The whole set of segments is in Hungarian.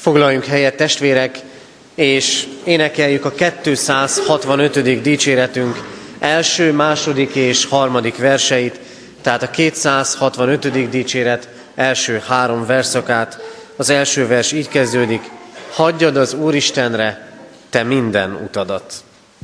Foglaljunk helyet, testvérek, és énekeljük a 265. dicséretünk első, második és harmadik verseit, tehát a 265. dicséret első 3 verszakát. Az első vers így kezdődik: hagyjad az Úristenre te minden utadat.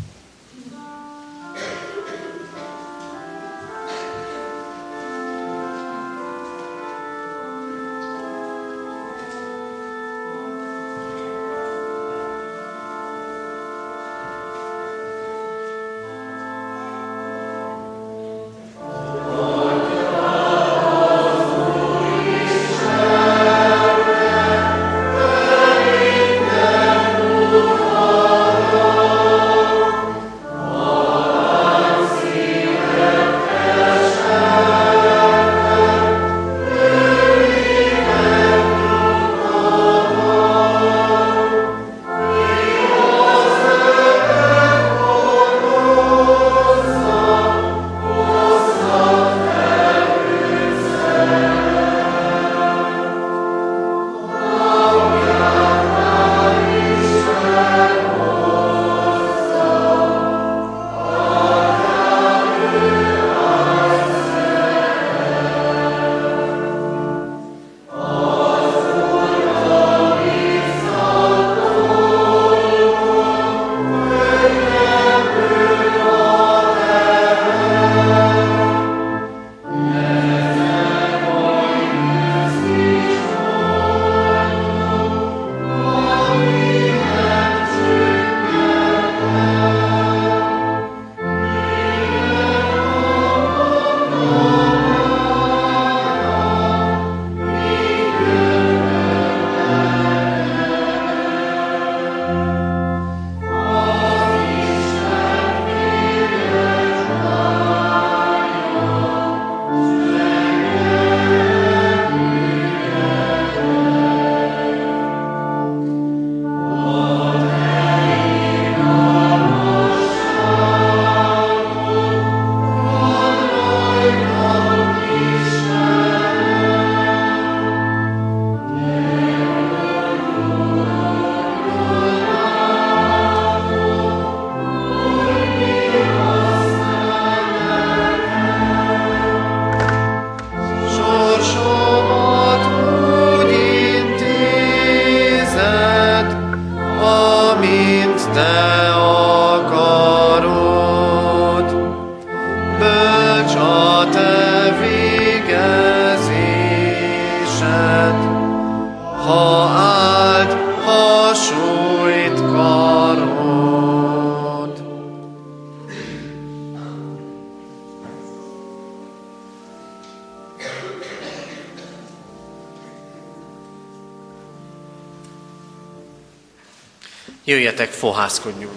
Jöjjetek, fohászkodjunk!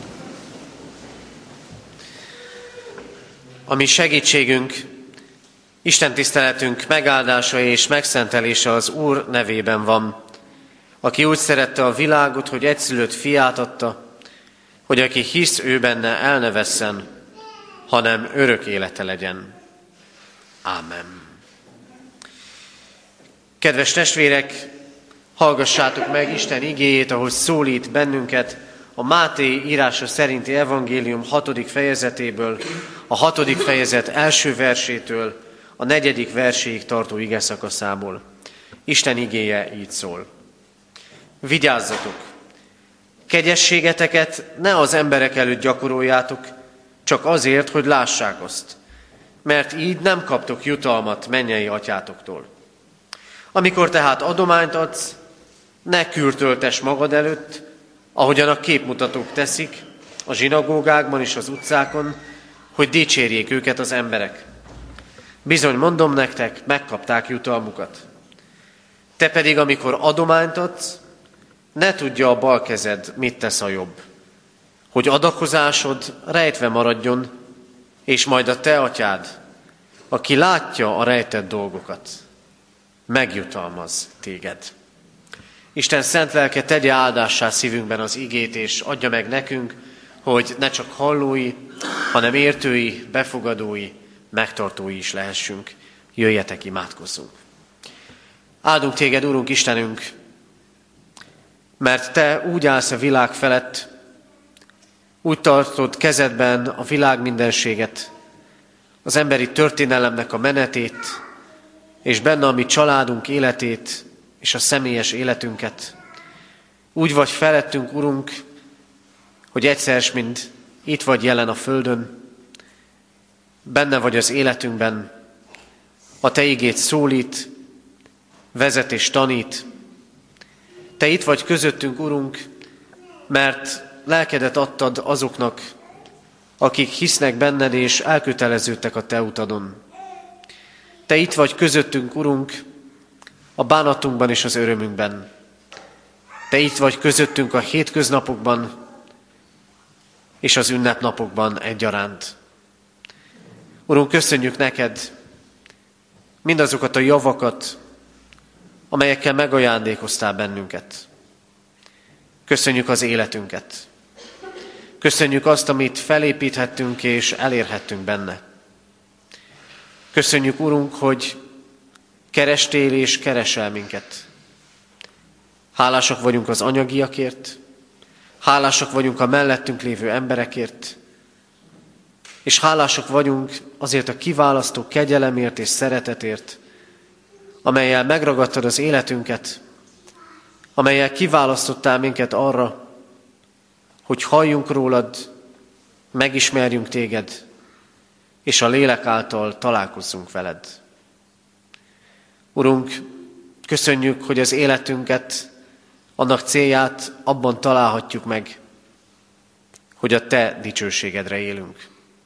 A mi segítségünk, Isten tiszteletünk megáldása és megszentelése az Úr nevében van, aki úgy szerette a világot, hogy egyszülött fiát adta, hogy aki hisz ő benne, el ne vesszen, hanem örök élete legyen. Ámen. Kedves testvérek, hallgassátok meg Isten igéjét, ahogy szólít bennünket a Máté írása szerinti evangélium 6. fejezetéből, a 6. fejezet első versétől a 4. verséig tartó igeszakaszából. Isten igéje így szól. Vigyázzatok! Kegyességeteket ne az emberek előtt gyakoroljátok, csak azért, hogy lássák azt, mert így nem kaptok jutalmat mennyei atyátoktól. Amikor tehát adományt adsz, ne kürtöltess magad előtt, ahogyan a képmutatók teszik, a zsinagógákban és az utcákon, hogy dicsérjék őket az emberek. Bizony mondom nektek, megkapták jutalmukat. Te pedig, amikor adományt adsz, ne tudja a bal kezed, mit tesz a jobb, hogy adakozásod rejtve maradjon, és majd a te atyád, aki látja a rejtett dolgokat, megjutalmaz téged. Isten szent lelke tegye áldássá szívünkben az igét, és adja meg nekünk, hogy ne csak hallói, hanem értői, befogadói, megtartói is lehessünk. Jöjjetek, imádkozzunk! Áldunk téged, Úrunk Istenünk, Mert te úgy állsz a világ felett, úgy tartod kezedben a világ mindenséget, az emberi történelemnek a menetét, és benne a mi családunk életét, és a személyes életünket. Úgy vagy felettünk, Urunk, hogy egyszer, mint itt vagy jelen a földön, benne vagy az életünkben, a te igéd szólít, vezet és tanít. Te itt vagy közöttünk, Urunk, mert lelkedet adtad azoknak, akik hisznek benned és elköteleződtek a te utadon. Te itt vagy közöttünk, Urunk, a bánatunkban és az örömünkben. Te itt vagy közöttünk a hétköznapokban és az ünnepnapokban egyaránt. Urunk, köszönjük neked mindazokat a javakat, amelyekkel megajándékoztál bennünket. Köszönjük az életünket. Köszönjük azt, amit felépíthettünk és elérhettünk benne. Köszönjük, Urunk, hogy kerestél és keresel minket. Hálásak vagyunk az anyagiakért, hálásak vagyunk a mellettünk lévő emberekért, és hálásak vagyunk azért a kiválasztó kegyelemért és szeretetért, amellyel megragadtad az életünket, amellyel kiválasztottál minket arra, hogy halljunk rólad, megismerjünk téged, és a lélek által találkozzunk veled. Urunk, köszönjük, hogy az életünket, annak célját abban találhatjuk meg, hogy a te dicsőségedre élünk.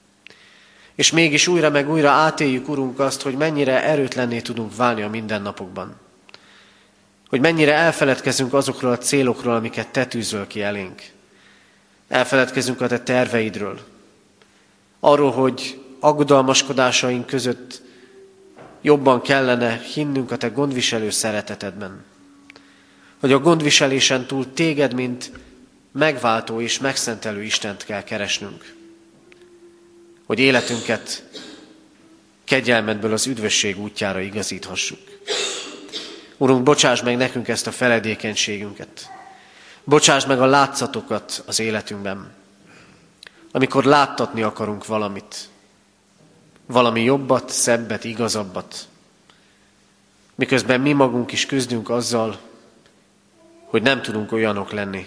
És mégis újra meg újra átéljük, Urunk, azt, hogy mennyire erőtlenné tudunk válni a mindennapokban. Hogy mennyire elfeledkezünk azokról a célokról, amiket te tűzöl ki elénk. Elfeledkezünk a te terveidről. Arról, hogy aggodalmaskodásaink között jobban kellene hinnünk a te gondviselő szeretetedben. Hogy a gondviselésen túl téged, mint megváltó és megszentelő Istent kell keresnünk. Hogy életünket kegyelmedből az üdvösség útjára igazíthassuk. Urunk, bocsáss meg nekünk ezt a feledékenységünket. Bocsáss meg a látszatokat az életünkben. Amikor láttatni akarunk valamit. Valami jobbat, szebbet, igazabbat. Miközben mi magunk is küzdünk azzal, hogy nem tudunk olyanok lenni.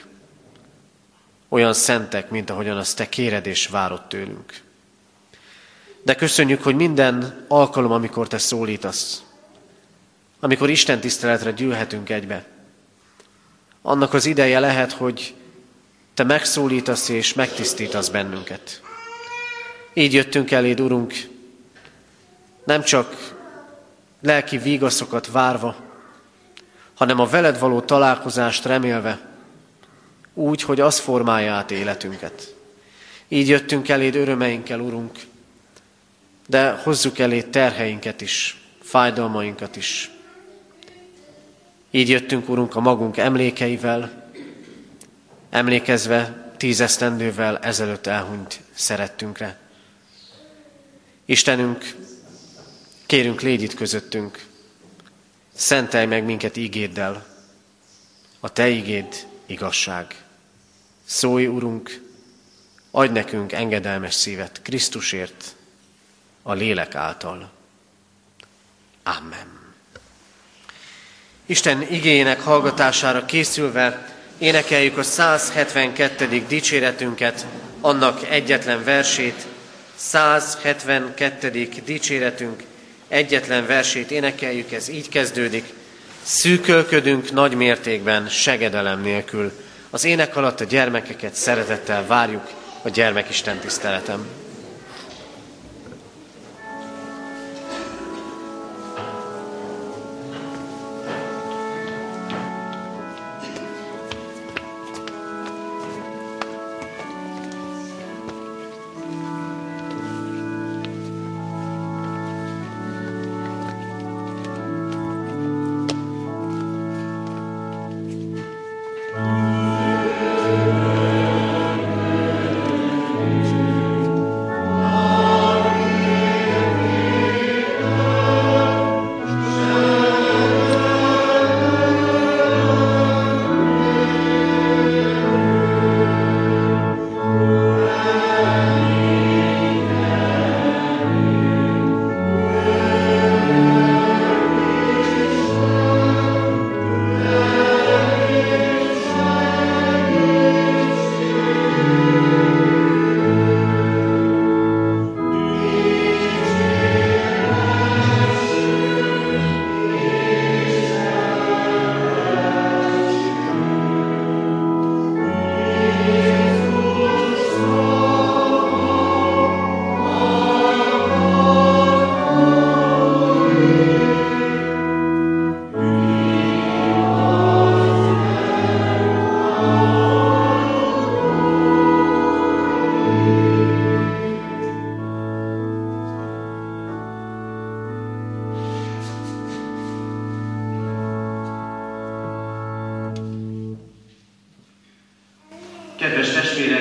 Olyan szentek, mint ahogyan azt te kéred és várod tőlünk. De köszönjük, hogy minden alkalom, amikor te szólítasz, amikor Isten tiszteletre gyűlhetünk egybe, annak az ideje lehet, hogy te megszólítasz és megtisztítasz bennünket. Így jöttünk eléd, Urunk, nem csak lelki vígaszokat várva, hanem a veled való találkozást remélve, úgy, hogy az formálja át életünket. Így jöttünk eléd örömeinkkel, Urunk, de hozzuk eléd terheinket is, fájdalmainkat is. Így jöttünk, Urunk, a magunk emlékeivel, emlékezve 10 esztendővel ezelőtt elhunyt szerettünkre. Istenünk, kérünk, légy itt közöttünk, szentelj meg minket ígéddel, a te ígéd igazság. Szólj, Urunk, adj nekünk engedelmes szívet Krisztusért, a lélek által. Amen. Isten igéjének hallgatására készülve énekeljük a 172. dicséretünket, annak egyetlen versét. 172. dicséretünk egyetlen versét énekeljük, ez így kezdődik. Szűkölködünk nagy mértékben, segedelem nélkül. Az ének alatt a gyermekeket szeretettel várjuk a gyermekisten tiszteletem.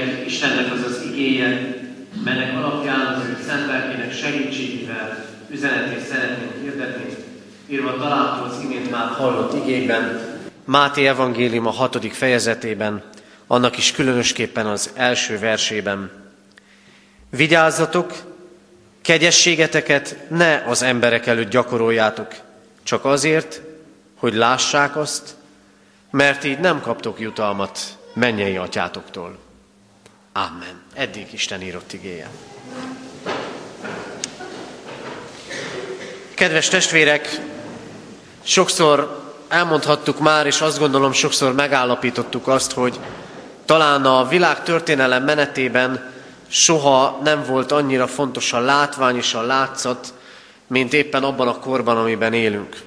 Dicsérjétek Istennek az az igéje, melynek alapján az ő szent lelkének segítségével üzenetét szeretnénk hirdetni, írva található az imént már hallott igékben, Máté evangélium a 6. fejezetében, annak is különösképpen az első versében. Vigyázzatok, kegyességeteket ne az emberek előtt gyakoroljátok, csak azért, hogy lássák azt, mert így nem kaptok jutalmat mennyei atyátoktól. Amen. Eddig Isten írott igéje. Kedves testvérek, sokszor elmondhattuk már, és azt gondolom sokszor megállapítottuk azt, hogy talán a világ történelem menetében soha nem volt annyira fontos a látvány és a látszat, mint éppen abban a korban, amiben élünk.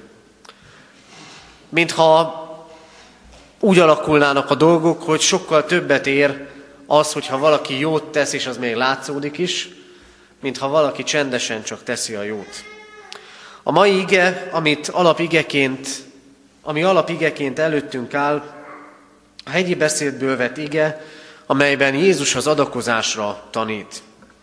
Mintha úgy alakulnának a dolgok, hogy sokkal többet ér az, hogyha valaki jót tesz, és az még látszódik is, mintha valaki csendesen csak teszi a jót. A mai ige, ami alapigeként előttünk áll, a hegyi beszédből vett ige, amelyben Jézus az adakozásra tanít.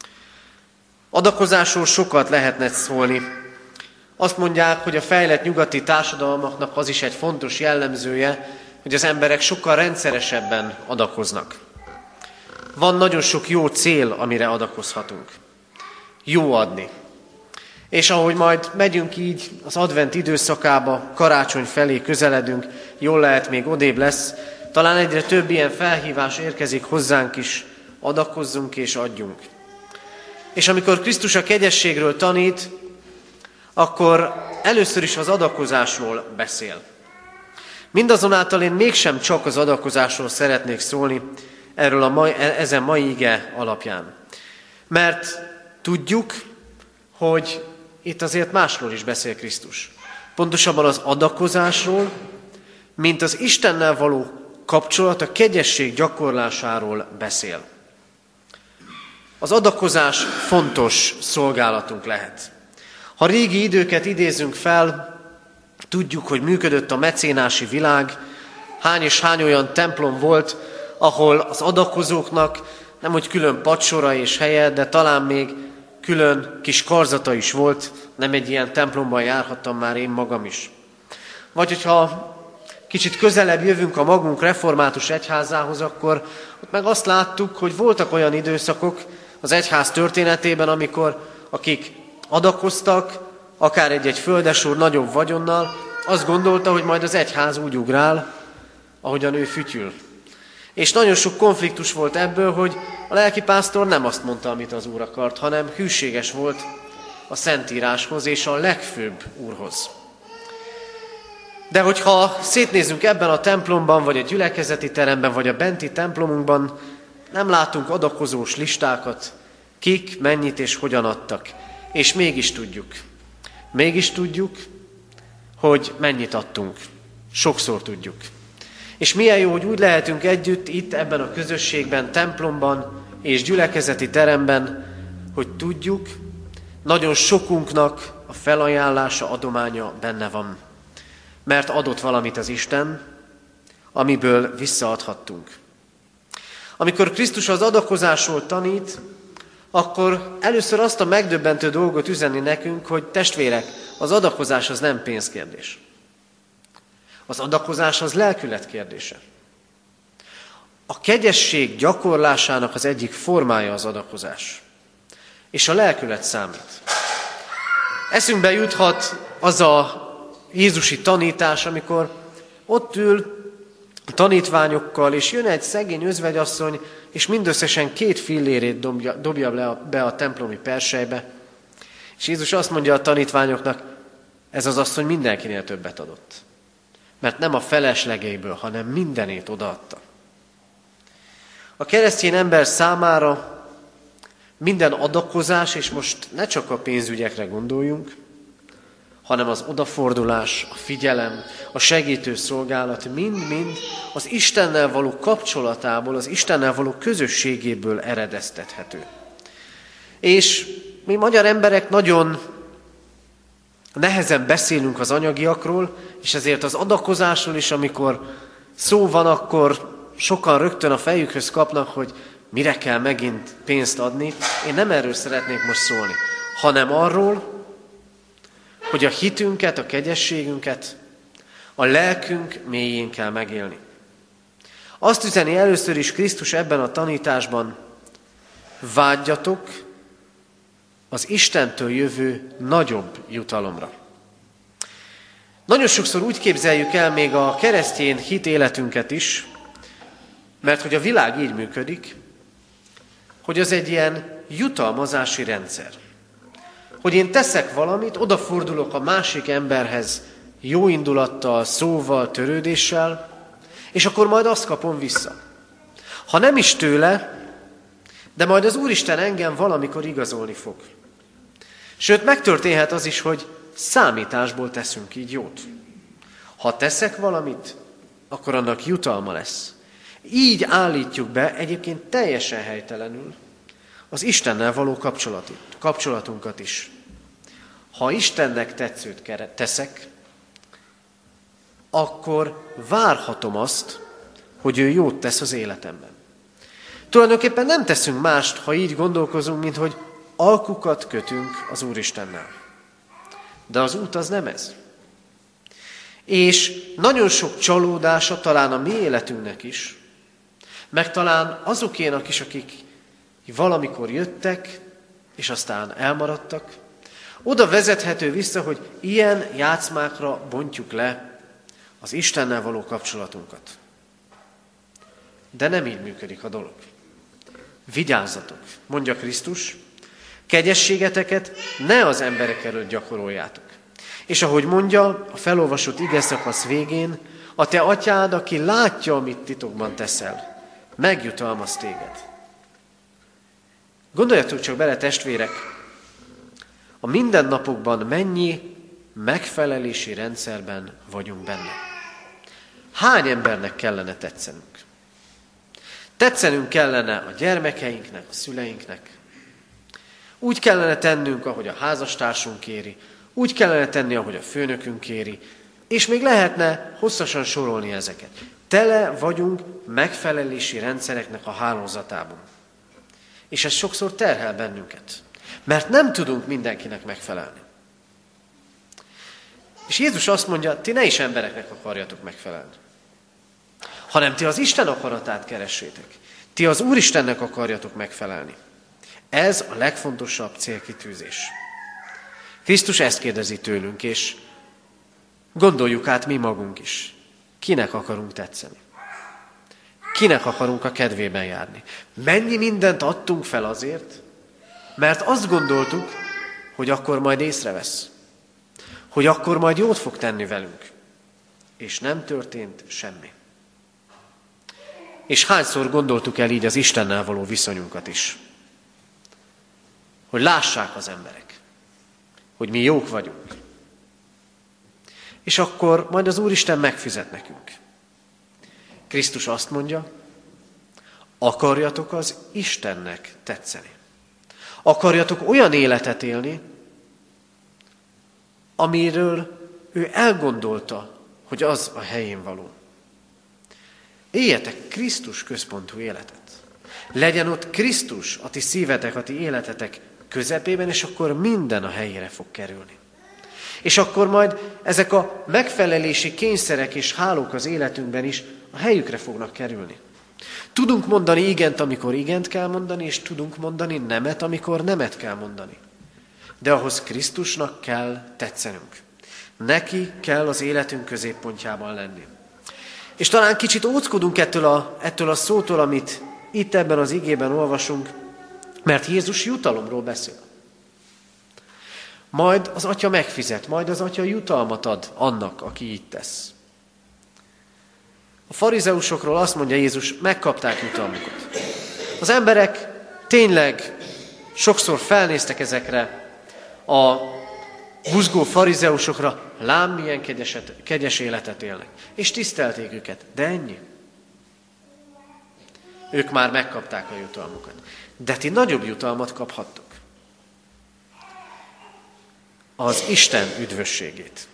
Adakozásról sokat lehetne szólni. Azt mondják, hogy a fejlett nyugati társadalmaknak az is egy fontos jellemzője, hogy az emberek sokkal rendszeresebben adakoznak. Van nagyon sok jó cél, amire adakozhatunk. Jó adni. És ahogy majd megyünk így az advent időszakába, karácsony felé közeledünk, jól lehet még odébb lesz, talán egyre több ilyen felhívás érkezik hozzánk is, adakozzunk és adjunk. És amikor Krisztus a kegyességről tanít, akkor először is az adakozásról beszél. Mindazonáltal én mégsem csak az adakozásról szeretnék szólni ezen mai ige alapján. Mert tudjuk, hogy itt azért másról is beszél Krisztus. Pontosabban az adakozásról, mint az Istennel való kapcsolat, a kegyesség gyakorlásáról beszél. Az adakozás fontos szolgálatunk lehet. Ha régi időket idézünk fel, tudjuk, hogy működött a mecénási világ, hány és hány olyan templom volt, ahol az adakozóknak nem hogy külön padsora és helye, de talán még külön kis karzata is volt, nem egy ilyen templomban járhattam már én magam is. Vagy hogyha kicsit közelebb jövünk a magunk református egyházához, akkor ott meg azt láttuk, hogy voltak olyan időszakok az egyház történetében, amikor akik adakoztak, akár egy-egy földesúr nagyobb vagyonnal, azt gondolta, hogy majd az egyház úgy ugrál, ahogyan ő fütyül. És nagyon sok konfliktus volt ebből, hogy a lelkipásztor nem azt mondta, amit az Úr akart, hanem hűséges volt a Szentíráshoz és a legfőbb Úrhoz. De hogyha szétnézünk ebben a templomban, vagy a gyülekezeti teremben, vagy a benti templomunkban, nem látunk adakozós listákat, kik, mennyit és hogyan adtak. És mégis tudjuk, hogy mennyit adtunk. Sokszor tudjuk. És milyen jó, hogy úgy lehetünk együtt itt ebben a közösségben, templomban és gyülekezeti teremben, hogy tudjuk, nagyon sokunknak a felajánlása, adománya benne van. Mert adott valamit az Isten, amiből visszaadhattunk. Amikor Krisztus az adakozásról tanít, akkor először azt a megdöbbentő dolgot üzeni nekünk, hogy testvérek, az adakozás az nem pénzkérdés. Az adakozás az lelkület kérdése. A kegyesség gyakorlásának az egyik formája az adakozás. És a lelkület számít. Eszünkbe juthat az a jézusi tanítás, amikor ott ül a tanítványokkal, és jön egy szegény özvegyasszony, és mindösszesen 2 fillérét dobja be a templomi perselybe. És Jézus azt mondja a tanítványoknak, ez az asszony mindenkinél többet adott. Mert nem a feleslegeiből, hanem mindenét odaadta. A keresztény ember számára minden adakozás, és most ne csak a pénzügyekre gondoljunk, hanem az odafordulás, a figyelem, a segítő szolgálat mind-mind az Istennel való kapcsolatából, az Istennel való közösségéből eredeztethető. És mi magyar emberek nagyon nehezen beszélünk az anyagiakról, és ezért az adakozásról is, amikor szó van, akkor sokan rögtön a fejükhöz kapnak, hogy mire kell megint pénzt adni. Én nem erről szeretnék most szólni, hanem arról, hogy a hitünket, a kegyességünket a lelkünk mélyén kell megélni. Azt üzeni először is Krisztus ebben a tanításban, vágyjatok az Istentől jövő nagyobb jutalomra. Nagyon sokszor úgy képzeljük el még a keresztény hit életünket is, mert hogy a világ így működik, hogy az egy ilyen jutalmazási rendszer. Hogy én teszek valamit, odafordulok a másik emberhez jó indulattal, szóval, törődéssel, és akkor majd azt kapom vissza. Ha nem is tőle, de majd az Úristen engem valamikor igazolni fog. Sőt, megtörténhet az is, hogy számításból teszünk így jót. Ha teszek valamit, akkor annak jutalma lesz. Így állítjuk be egyébként teljesen helytelenül az Istennel való kapcsolatunkat is. Ha Istennek tetszőt teszek, akkor várhatom azt, hogy ő jót tesz az életemben. Tulajdonképpen nem teszünk mást, ha így gondolkozunk, mint hogy alkukat kötünk az Úristennel. De az út az nem ez. És nagyon sok csalódása talán a mi életünknek is, meg talán azokénak is, akik valamikor jöttek, és aztán elmaradtak, oda vezethető vissza, hogy ilyen játszmákra bontjuk le az Istennel való kapcsolatunkat. De nem így működik a dolog. Vigyázzatok, mondja Krisztus, kegyességeteket ne az emberek előtt gyakoroljátok. És ahogy mondja a felolvasott igeszakasz végén, a te atyád, aki látja, amit titokban teszel, megjutalmaz téged. Gondoljatok csak bele, testvérek, a mindennapokban mennyi megfelelési rendszerben vagyunk benne. Hány embernek kellene tetszenünk? Tetszenünk kellene a gyermekeinknek, a szüleinknek. Úgy kellene tennünk, ahogy a házastársunk kéri, úgy kellene tenni, ahogy a főnökünk kéri, és még lehetne hosszasan sorolni ezeket. Tele vagyunk megfelelési rendszereknek a hálózatában. És ez sokszor terhel bennünket, mert nem tudunk mindenkinek megfelelni. És Jézus azt mondja, ti ne is embereknek akarjatok megfelelni, hanem ti az Isten akaratát keressétek. Ti az Úristennek akarjatok megfelelni. Ez a legfontosabb célkitűzés. Krisztus ezt kérdezi tőlünk, és gondoljuk át mi magunk is. Kinek akarunk tetszeni? Kinek akarunk a kedvében járni? Mennyi mindent adtunk fel azért, mert azt gondoltuk, hogy akkor majd észrevesz. Hogy akkor majd jót fog tenni velünk. És nem történt semmi. És hányszor gondoltuk el így az Istennel való viszonyunkat is. Hogy lássák az emberek, hogy mi jók vagyunk. És akkor majd az Úristen megfizet nekünk. Krisztus azt mondja, akarjatok az Istennek tetszeni. Akarjatok olyan életet élni, amiről ő elgondolta, hogy az a helyén való. Éljetek Krisztus központú életet. Legyen ott Krisztus a ti szívetek, a ti életetek közepében, és akkor minden a helyére fog kerülni. És akkor majd ezek a megfelelési kényszerek és hálók az életünkben is a helyükre fognak kerülni. Tudunk mondani igent, amikor igent kell mondani, és tudunk mondani nemet, amikor nemet kell mondani. De ahhoz Krisztusnak kell tetszenünk. Neki kell az életünk középpontjában lenni. És talán kicsit óckodunk ettől a szótól, amit itt ebben az igében olvasunk, mert Jézus jutalomról beszél. Majd az Atya megfizet, majd az Atya jutalmat ad annak, aki így tesz. A farizeusokról azt mondja Jézus, megkapták jutalmukat. Az emberek tényleg sokszor felnéztek ezekre a buzgó farizeusokra, lám milyen kegyes életet élnek. És tisztelték őket, de ennyi. Ők már megkapták a jutalmukat. De ti nagyobb jutalmat kaphattok. Az Isten üdvösségét.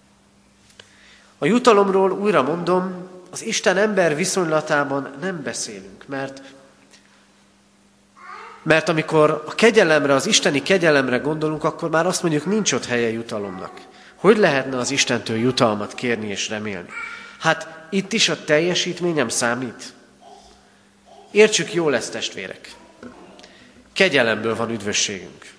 A jutalomról újra mondom, az Isten-ember viszonylatában nem beszélünk, mert Mert amikor a kegyelemre, az isteni kegyelemre gondolunk, akkor már azt mondjuk, nincs ott helye jutalomnak. Hogy lehetne az Istentől jutalmat kérni és remélni? Hát itt is a teljesítményem számít. Értsük jól ezt, testvérek. Kegyelemből van üdvösségünk.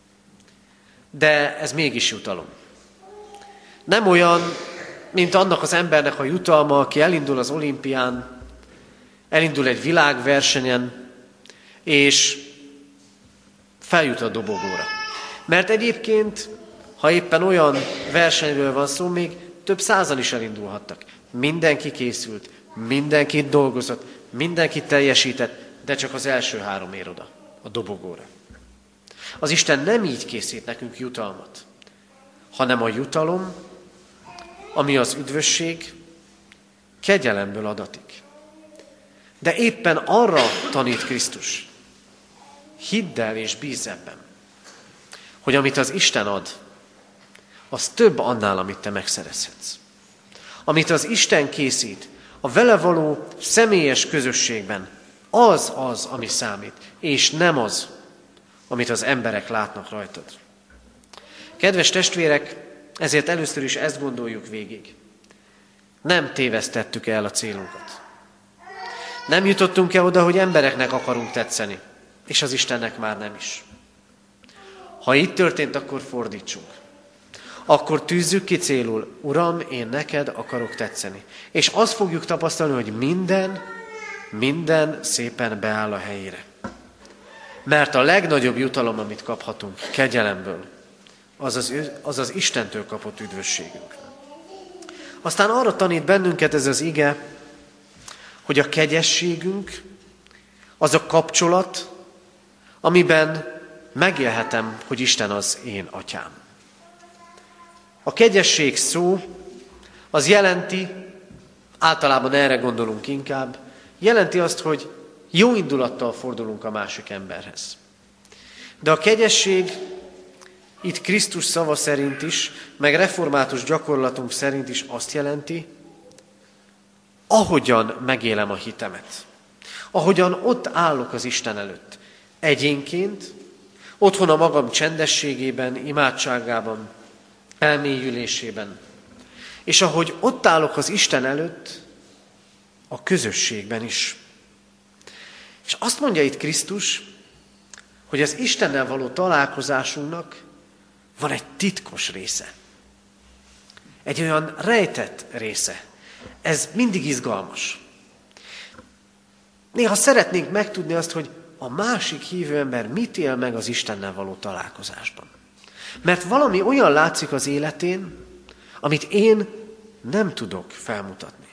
De ez mégis jutalom. Nem olyan, mint annak az embernek a jutalma, aki elindul az olimpián, elindul egy világversenyen, és feljut a dobogóra. Mert egyébként, ha éppen olyan versenyről van szó, még több százan is elindulhattak. Mindenki készült, mindenki dolgozott, mindenki teljesített, de csak az első 3 ér oda, a dobogóra. Az Isten nem így készít nekünk jutalmat, hanem a jutalom, ami az üdvösség, kegyelemből adatik. De éppen arra tanít Krisztus, hidd el és bízz ebben, hogy amit az Isten ad, az több annál, amit te megszerezhetsz. Amit az Isten készít, a vele való személyes közösségben, az, ami számít, és nem az, amit az emberek látnak rajtad. Kedves testvérek, ezért először is ezt gondoljuk végig. Nem tévesztettük el a célunkat. Nem jutottunk el oda, hogy embereknek akarunk tetszeni, és az Istennek már nem is. Ha így történt, akkor fordítsunk. Akkor tűzzük ki célul, Uram, én neked akarok tetszeni. És azt fogjuk tapasztalni, hogy minden szépen beáll a helyére. Mert a legnagyobb jutalom, amit kaphatunk kegyelemből, az Istentől kapott üdvösségünk. Aztán arra tanít bennünket ez az ige, hogy a kegyességünk az a kapcsolat, amiben megélhetem, hogy Isten az én atyám. A kegyesség szó az jelenti, általában erre gondolunk inkább, jelenti azt, hogy jó indulattal fordulunk a másik emberhez. De a kegyesség itt Krisztus szava szerint is, meg református gyakorlatunk szerint is azt jelenti, ahogyan megélem a hitemet. Ahogyan ott állok az Isten előtt. Egyénként, otthon a magam csendességében, imádságában, elmélyülésében. És ahogy ott állok az Isten előtt, a közösségben is. És azt mondja itt Krisztus, hogy az Istennel való találkozásunknak van egy titkos része. Egy olyan rejtett része. Ez mindig izgalmas. Néha szeretnénk megtudni azt, hogy a másik hívő ember mit él meg az Istennel való találkozásban. Mert valami olyan látszik az életén, amit én nem tudok felmutatni.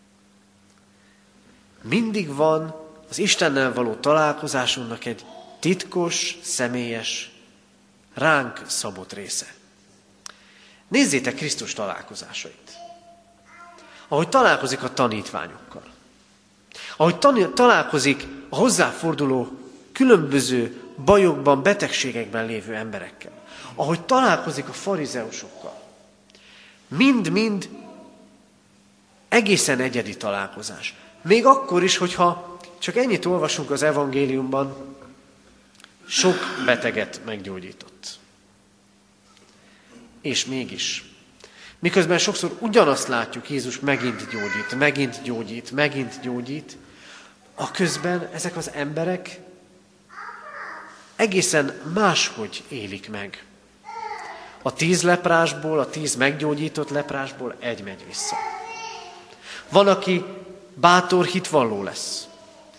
Mindig van az Istennel való találkozásunknak egy titkos, személyes, ránk szabott része. Nézzétek Krisztus találkozásait. Ahogy találkozik a tanítványokkal. Ahogy találkozik a hozzáforduló különböző bajokban, betegségekben lévő emberekkel. Ahogy találkozik a farizeusokkal. Mind-mind egészen egyedi találkozás. Még akkor is, hogyha csak ennyit olvasunk az evangéliumban, sok beteget meggyógyított. És mégis, miközben sokszor ugyanazt látjuk, Jézus megint gyógyít, aközben ezek az emberek egészen máshogy élik meg. A 10 leprásból, a 10 meggyógyított leprásból egy megy vissza. Van, aki bátor hitvalló lesz.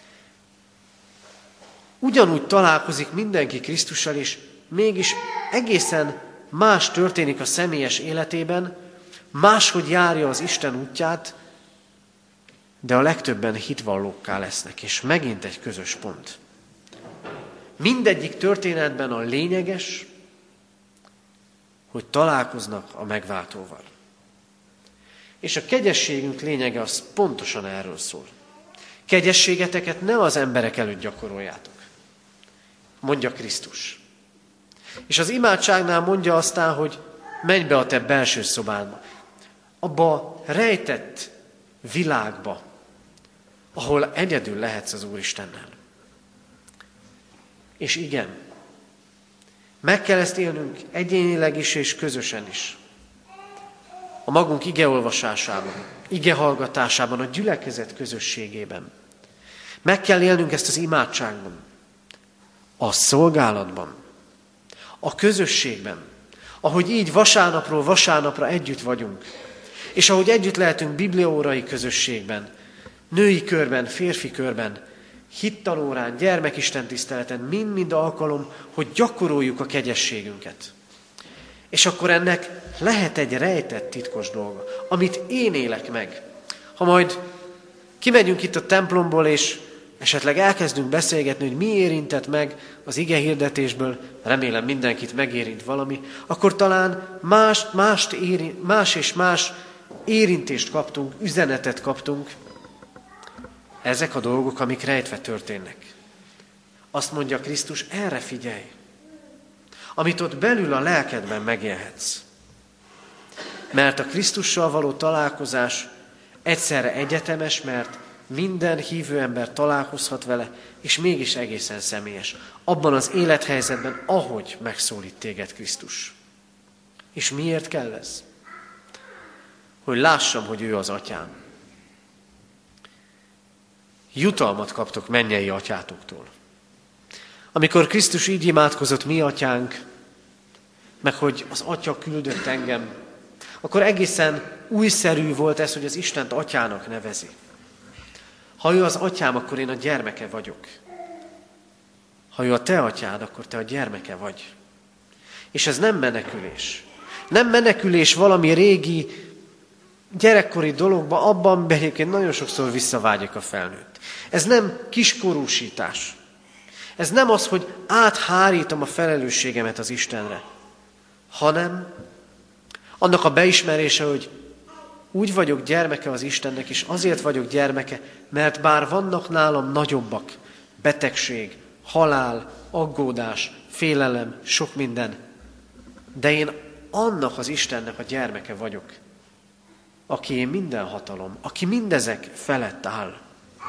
Ugyanúgy találkozik mindenki Krisztussal, és mégis egészen más történik a személyes életében, máshogy járja az Isten útját, de a legtöbben hitvallókká lesznek, és megint egy közös pont. Mindegyik történetben a lényeges, hogy találkoznak a megváltóval. És a kegyességünk lényege az pontosan erről szól. Kegyességeteket ne az emberek előtt gyakoroljátok, mondja Krisztus. És az imádságnál mondja aztán, hogy menj be a te belső szobádba, abba a rejtett világba, ahol egyedül lehetsz az Úristennel. És igen, meg kell ezt élnünk egyénileg is és közösen is. A magunk igeolvasásában, igehallgatásában, a gyülekezet közösségében. Meg kell élnünk ezt az imádságban, a szolgálatban, a közösségben, ahogy így vasárnapról vasárnapra együtt vagyunk, és ahogy együtt lehetünk bibliaórai közösségben, női körben, férfi körben, hittanórán, gyermekistentiszteleten, mind-mind alkalom, hogy gyakoroljuk a kegyességünket. És akkor ennek lehet egy rejtett titkos dolga, amit én élek meg. Ha majd kimegyünk itt a templomból, és esetleg elkezdünk beszélgetni, hogy mi érintett meg az ige hirdetésből, remélem mindenkit megérint valami, akkor talán más és más érintést kaptunk, üzenetet kaptunk. Ezek a dolgok, amik rejtve történnek. Azt mondja Krisztus, erre figyelj, amit ott belül a lelkedben megélhetsz. Mert a Krisztussal való találkozás egyszerre egyetemes, mert minden hívő ember találkozhat vele, és mégis egészen személyes. Abban az élethelyzetben, ahogy megszólít téged Krisztus. És miért kell ez? Hogy lássam, hogy ő az atyám. Jutalmat kaptok mennyei atyátoktól. Amikor Krisztus így imádkozott, mi atyánk, meg hogy az atya küldött engem, akkor egészen újszerű volt ez, hogy az Istent atyának nevezi. Ha ő az atyám, akkor én a gyermeke vagyok. Ha ő a te atyád, akkor te a gyermeke vagy. És ez nem menekülés. Nem menekülés valami régi, gyerekkori dologba, abban egyébként nagyon sokszor visszavágyik a felnőtt. Ez nem kiskorúsítás. Ez nem az, hogy áthárítom a felelősségemet az Istenre, hanem annak a beismerése, hogy úgy vagyok gyermeke az Istennek, és azért vagyok gyermeke, mert bár vannak nálam nagyobbak, betegség, halál, aggódás, félelem, sok minden, de én annak az Istennek a gyermeke vagyok, aki minden hatalom, aki mindezek felett áll.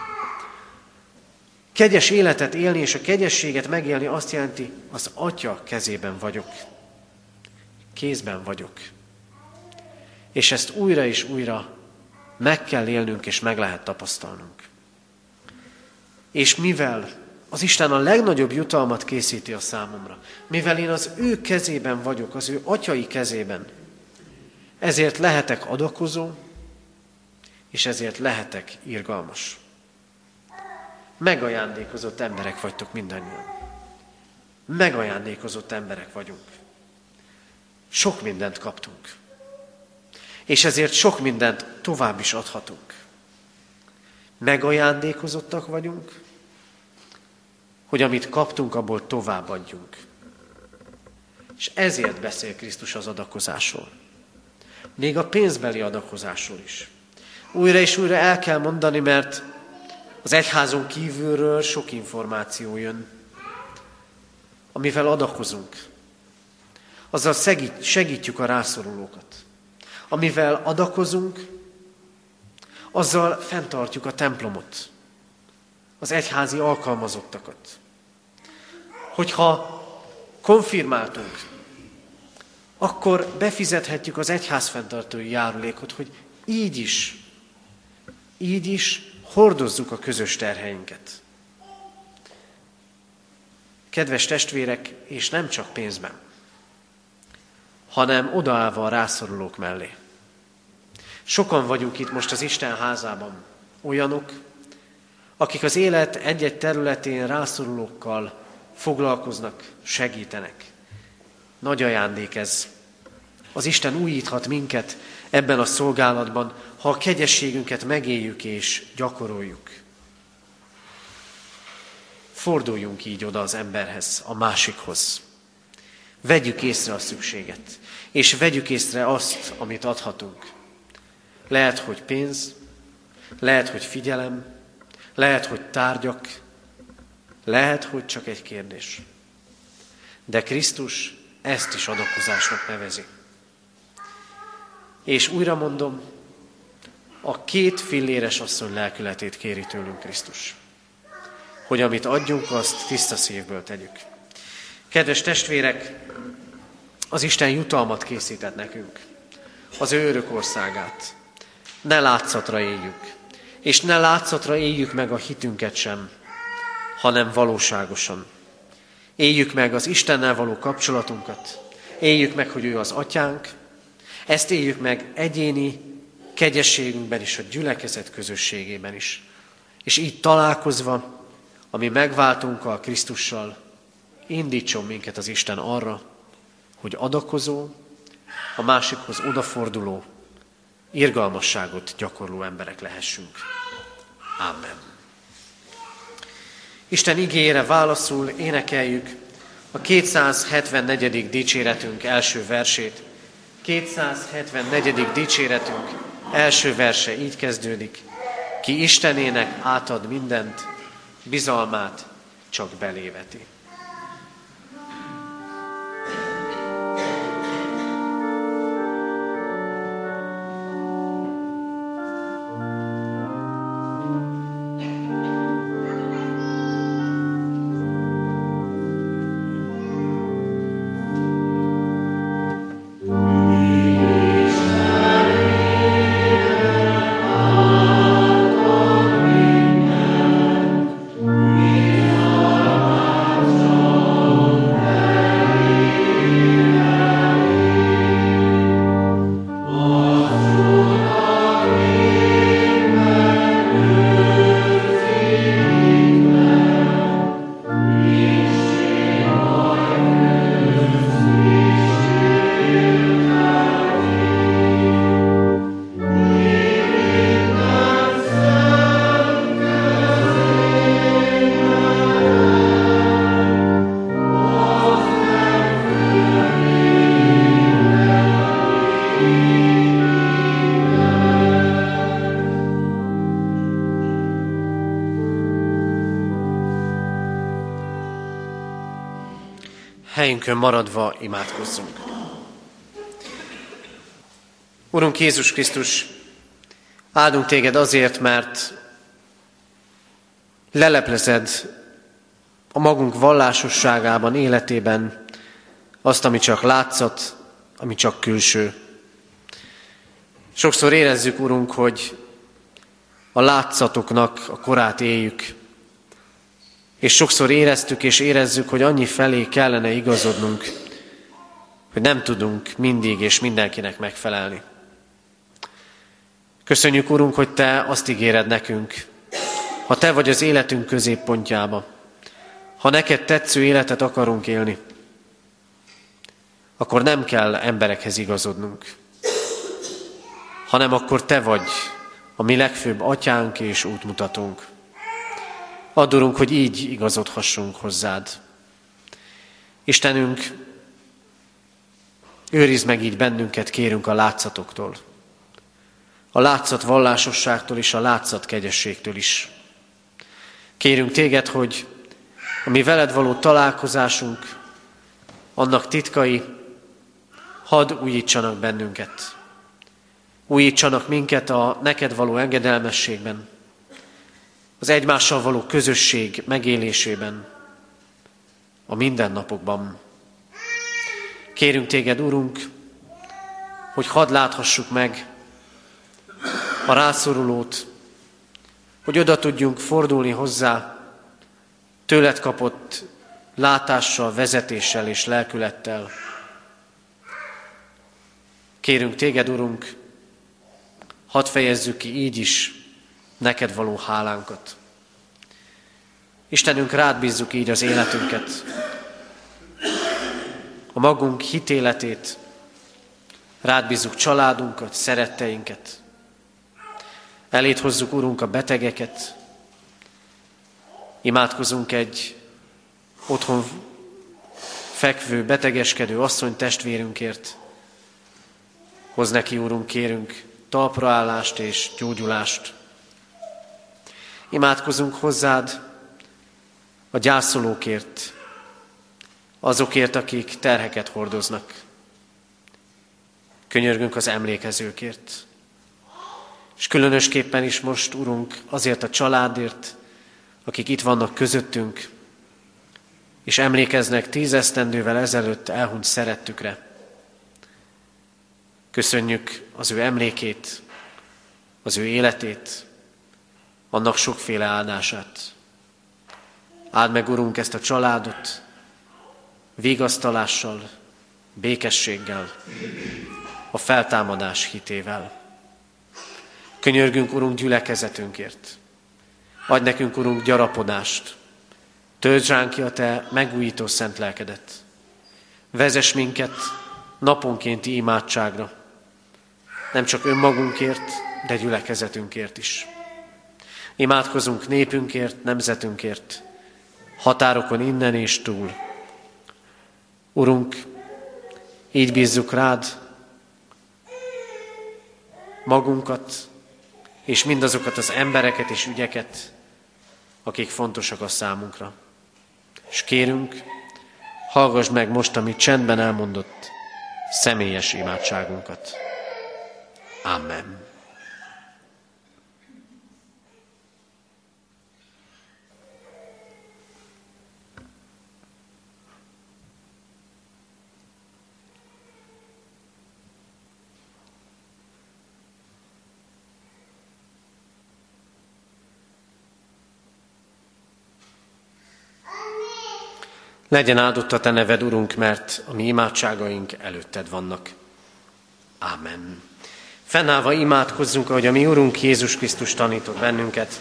Kegyes életet élni és a kegyességet megélni azt jelenti, az Atya kezében vagyok, kézben vagyok. És ezt újra és újra meg kell élnünk és meg lehet tapasztalnunk. És mivel az Isten a legnagyobb jutalmat készíti a számomra, mivel én az ő kezében vagyok, az ő atyai kezében, ezért lehetek adakozó, és ezért lehetek irgalmas. Megajándékozott emberek vagytok mindannyian. Megajándékozott emberek vagyunk. Sok mindent kaptunk. És ezért sok mindent tovább is adhatunk. Megajándékozottak vagyunk, hogy amit kaptunk, abból tovább adjunk. És ezért beszél Krisztus az adakozásról. Még a pénzbeli adakozásról is. Újra és újra el kell mondani, mert az egyházon kívülről sok információ jön, amivel adakozunk. Azzal segítjük a rászorulókat. Amivel adakozunk, azzal fenntartjuk a templomot, az egyházi alkalmazottakat. Hogyha konfirmáltunk, akkor befizethetjük az egyházfenntartói járulékot, hogy így is hordozzuk a közös terheinket. Kedves testvérek, és nem csak pénzben, hanem odaállva a rászorulók mellé. Sokan vagyunk itt most az Isten házában, olyanok, akik az élet egy-egy területén rászorulókkal foglalkoznak, segítenek. Nagy ajándék ez. Az Isten újíthat minket ebben a szolgálatban, ha a kegyességünket megéljük és gyakoroljuk. Forduljunk így oda az emberhez, a másikhoz. Vegyük észre a szükséget, és vegyük észre azt, amit adhatunk. Lehet, hogy pénz, lehet, hogy figyelem, lehet, hogy tárgyak, lehet, hogy csak egy kérdés. De Krisztus ezt is adakozásnak nevezi. És újra mondom, a 2 filléres asszony lelkületét kéri tőlünk Krisztus. hogy amit adjunk, azt tiszta szívből tegyük. Kedves testvérek, az Isten jutalmat készített nekünk, az ő örök országát. Ne látszatra éljük, és ne látszatra éljük meg a hitünket sem, hanem valóságosan. Éljük meg az Istennel való kapcsolatunkat, éljük meg, hogy ő az atyánk, ezt éljük meg egyéni kegyességünkben is, a gyülekezet közösségében is. És így találkozva, a mi megváltunkkal, Krisztussal, indítson minket az Isten arra, hogy adakozó, a másikhoz odaforduló, irgalmasságot gyakorló emberek lehessünk. Amen. Isten igéjére válaszul énekeljük a 274. dicséretünk első versét. 274. dicséretünk első verse így kezdődik. Ki Istenének átad mindent, bizalmát csak beléveti. Helyünkön maradva imádkozzunk. Urunk Jézus Krisztus, áldunk téged azért, mert leleplezed a magunk vallásosságában, életében azt, ami csak látszat, ami csak külső. Sokszor érezzük, Urunk, hogy a látszatoknak a korát éljük, és sokszor éreztük és érezzük, hogy annyi felé kellene igazodnunk, hogy nem tudunk mindig és mindenkinek megfelelni. Köszönjük, Urunk, hogy Te azt ígéred nekünk, ha Te vagy az életünk középpontjába, ha neked tetsző életet akarunk élni, akkor nem kell emberekhez igazodnunk, hanem akkor Te vagy a mi legfőbb atyánk és útmutatónk. Add, Urunk, hogy így igazodhassunk hozzád. Istenünk, őrizd meg így bennünket, kérünk a látszatoktól. A látszat vallásosságtól és a látszat kegyességtől is. Kérünk téged, hogy a mi veled való találkozásunk, annak titkai, hadd újítsanak bennünket. Újítsanak minket a neked való engedelmességben, az egymással való közösség megélésében, a mindennapokban. Kérünk téged, Urunk, hogy hadd láthassuk meg a rászorulót, hogy oda tudjunk fordulni hozzá, tőled kapott látással, vezetéssel és lelkülettel. Kérünk téged, Urunk, hadd fejezzük ki így is neked való hálánkat. Istenünk, rád bízzuk így az életünket, a magunk hitéletét, rád bízzuk családunkat, szeretteinket. Eléd hozzuk, Urunk, a betegeket. Imádkozunk egy otthon fekvő, betegeskedő asszony testvérünkért. Hozz neki, Urunk, kérünk talpraállást és gyógyulást. Imádkozunk hozzád a gyászolókért, azokért, akik terheket hordoznak. Könyörgünk az és különösképpen is most, Urunk, azért a családért, akik itt vannak közöttünk, és emlékeznek 10 esztendővel ezelőtt elhunyt szerettükre. Köszönjük az ő emlékét, az ő életét, annak sokféle áldását. Áld meg, Urunk, ezt a családot vigasztalással, békességgel, a feltámadás hitével. Könyörgünk, Urunk, gyülekezetünkért. Adj nekünk, Urunk, gyarapodást. Töltsd ránk ki a Te megújító szent lelkedet. Vezess minket naponkénti imádságra. Nem csak önmagunkért, de gyülekezetünkért is. Imádkozunk népünkért, nemzetünkért, határokon innen és túl. Urunk, így bízzuk rád magunkat, és mindazokat az embereket és ügyeket, akik fontosak a számunkra. És kérünk, hallgass meg most, amit csendben elmondott személyes imádságunkat. Amen. Legyen áldott a Te neved, Urunk, mert a mi imádságaink előtted vannak. Ámen. Fennállva imádkozzunk, ahogy a mi Urunk Jézus Krisztus tanított bennünket.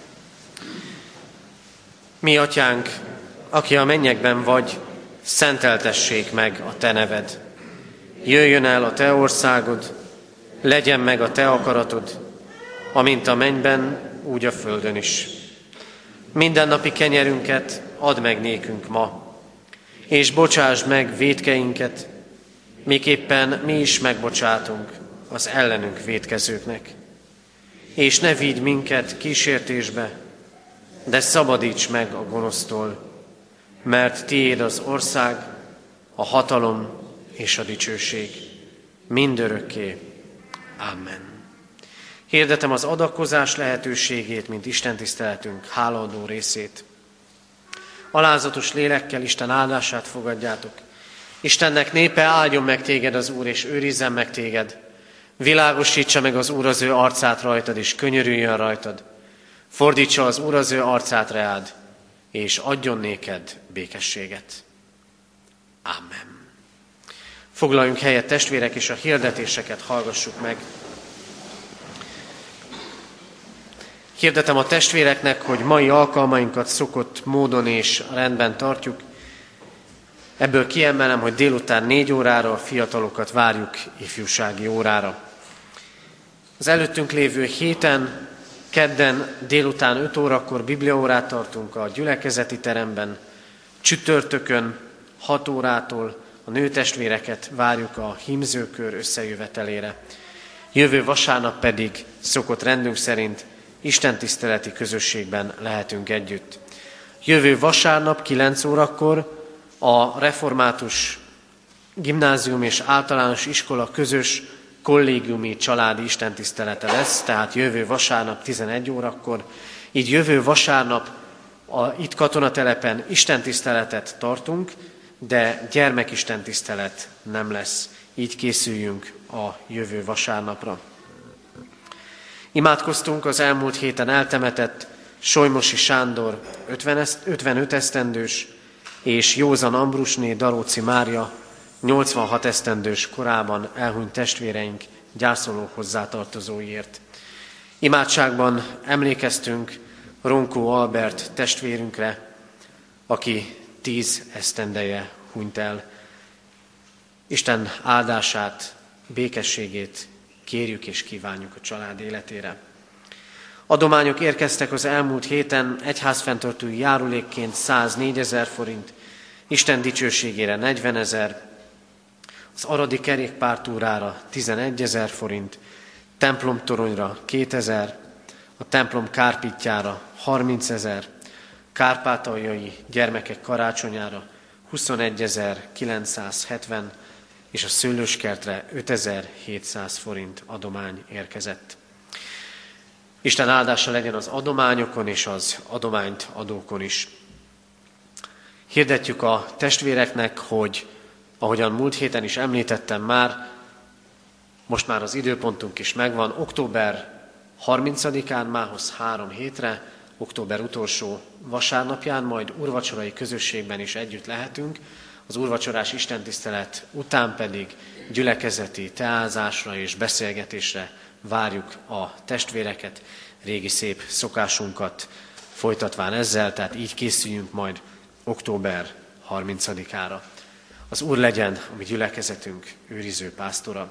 Mi, Atyánk, aki a mennyekben vagy, szenteltessék meg a Te neved. Jöjjön el a Te országod, legyen meg a Te akaratod, amint a mennyben, úgy a földön is. Mindennapi kenyerünket add meg nékünk ma, és bocsásd meg vétkeinket, miképpen mi is megbocsátunk az ellenünk vétkezőknek. És ne vigy minket kísértésbe, de szabadíts meg a gonosztól, mert tiéd az ország, a hatalom és a dicsőség mindörökké. Amen. Hirdetem az adakozás lehetőségét, mint istentiszteletünk hálaadó részét. Alázatos lélekkel Isten áldását fogadjátok. Istennek népe, áldjon meg téged az Úr, és őrizzen meg téged. Világosítsa meg az Úr az ő arcát rajtad, és könyörüljön rajtad. Fordítsa az Úr az ő arcát reád, és adjon néked békességet. Amen. Foglaljunk helyet, testvérek, és a hirdetéseket hallgassuk meg. Hirdetem a testvéreknek, hogy mai alkalmainkat szokott módon és rendben tartjuk. Ebből kiemelem, hogy délután 4 órára a fiatalokat várjuk ifjúsági órára. Az előttünk lévő héten, kedden délután 5 órakor bibliaórát tartunk a gyülekezeti teremben. Csütörtökön 6 órától a nőtestvéreket várjuk a hímzőkör összejövetelére. Jövő vasárnap pedig szokott rendünk szerint istentiszteleti közösségben lehetünk együtt. Jövő vasárnap 9 órakor a Református Gimnázium és Általános Iskola közös kollégiumi családi istentisztelete lesz, tehát jövő vasárnap 11 órakor. Így jövő vasárnap itt katonatelepen istentiszteletet tartunk, de gyermekistentisztelet nem lesz. Így készüljünk a jövő vasárnapra. Imádkoztunk az elmúlt héten eltemetett Solymosi Sándor 55 esztendős és Józan Ambrusné Daróci Mária 86 esztendős korában elhunyt testvéreink gyászoló hozzátartozóiért. Imádságban emlékeztünk Ronkó Albert testvérünkre, aki 10 esztendeje hunyt el. Isten áldását, békességét kérjük és kívánjuk a család életére. Adományok érkeztek az elmúlt héten, egyházfenntartói járulékként 104 000 forint, Isten dicsőségére 40 000, az aradi kerékpártúrára 11 000 forint, templomtoronyra 2000, a templom kárpitjára 30 000, kárpátaljai gyermekek karácsonyára 21 970, és a szőlőskertre 5700 forint adomány érkezett. Isten áldása legyen az adományokon és az adományt adókon is. Hirdetjük a testvéreknek, hogy ahogyan múlt héten is említettem már, most már az időpontunk is megvan, október 30-án, mához 3 hétre, október utolsó vasárnapján, majd úrvacsorai közösségben is együtt lehetünk, az úrvacsorás istentisztelet után pedig gyülekezeti teázásra és beszélgetésre várjuk a testvéreket, régi szép szokásunkat folytatván ezzel, tehát így készüljünk majd október 30-ára. Az Úr legyen a mi gyülekezetünk őriző pásztora.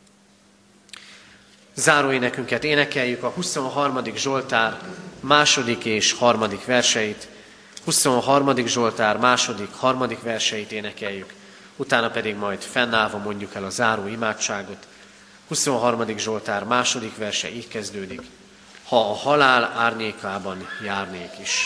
Záróénekünket énekeljük, a 23. Zsoltár 2. és 3. verseit, 23. Zsoltár 2., 3. verseit énekeljük, utána pedig majd fennállva mondjuk el a záró imádságot. 23. Zsoltár 2. verse így kezdődik: ha a halál árnyékában járnék is.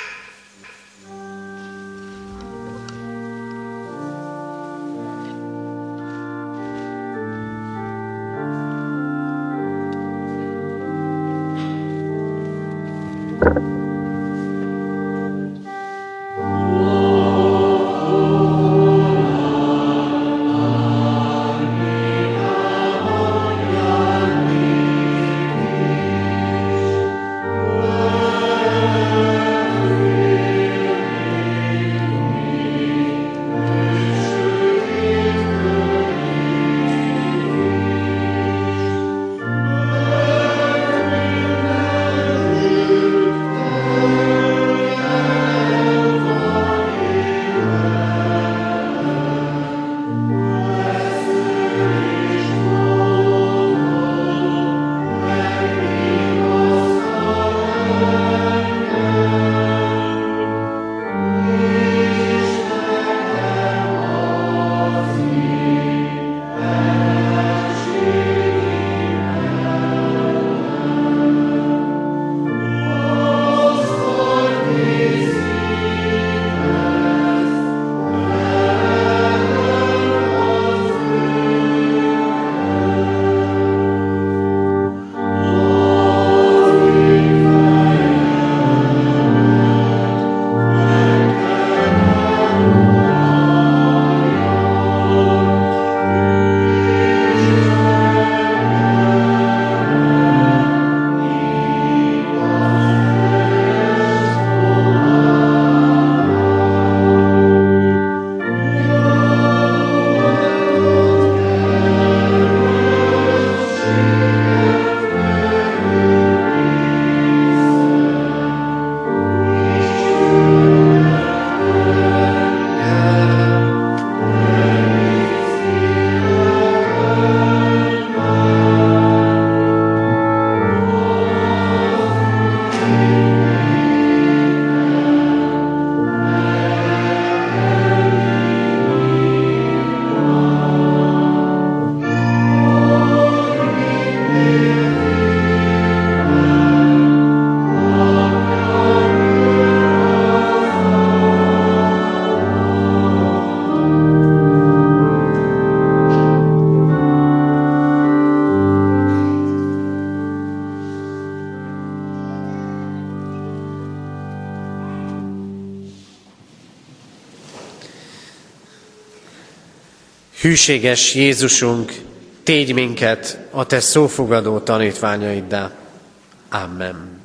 Hűséges Jézusunk, tégy minket a te szófogadó tanítványaiddá. Amen.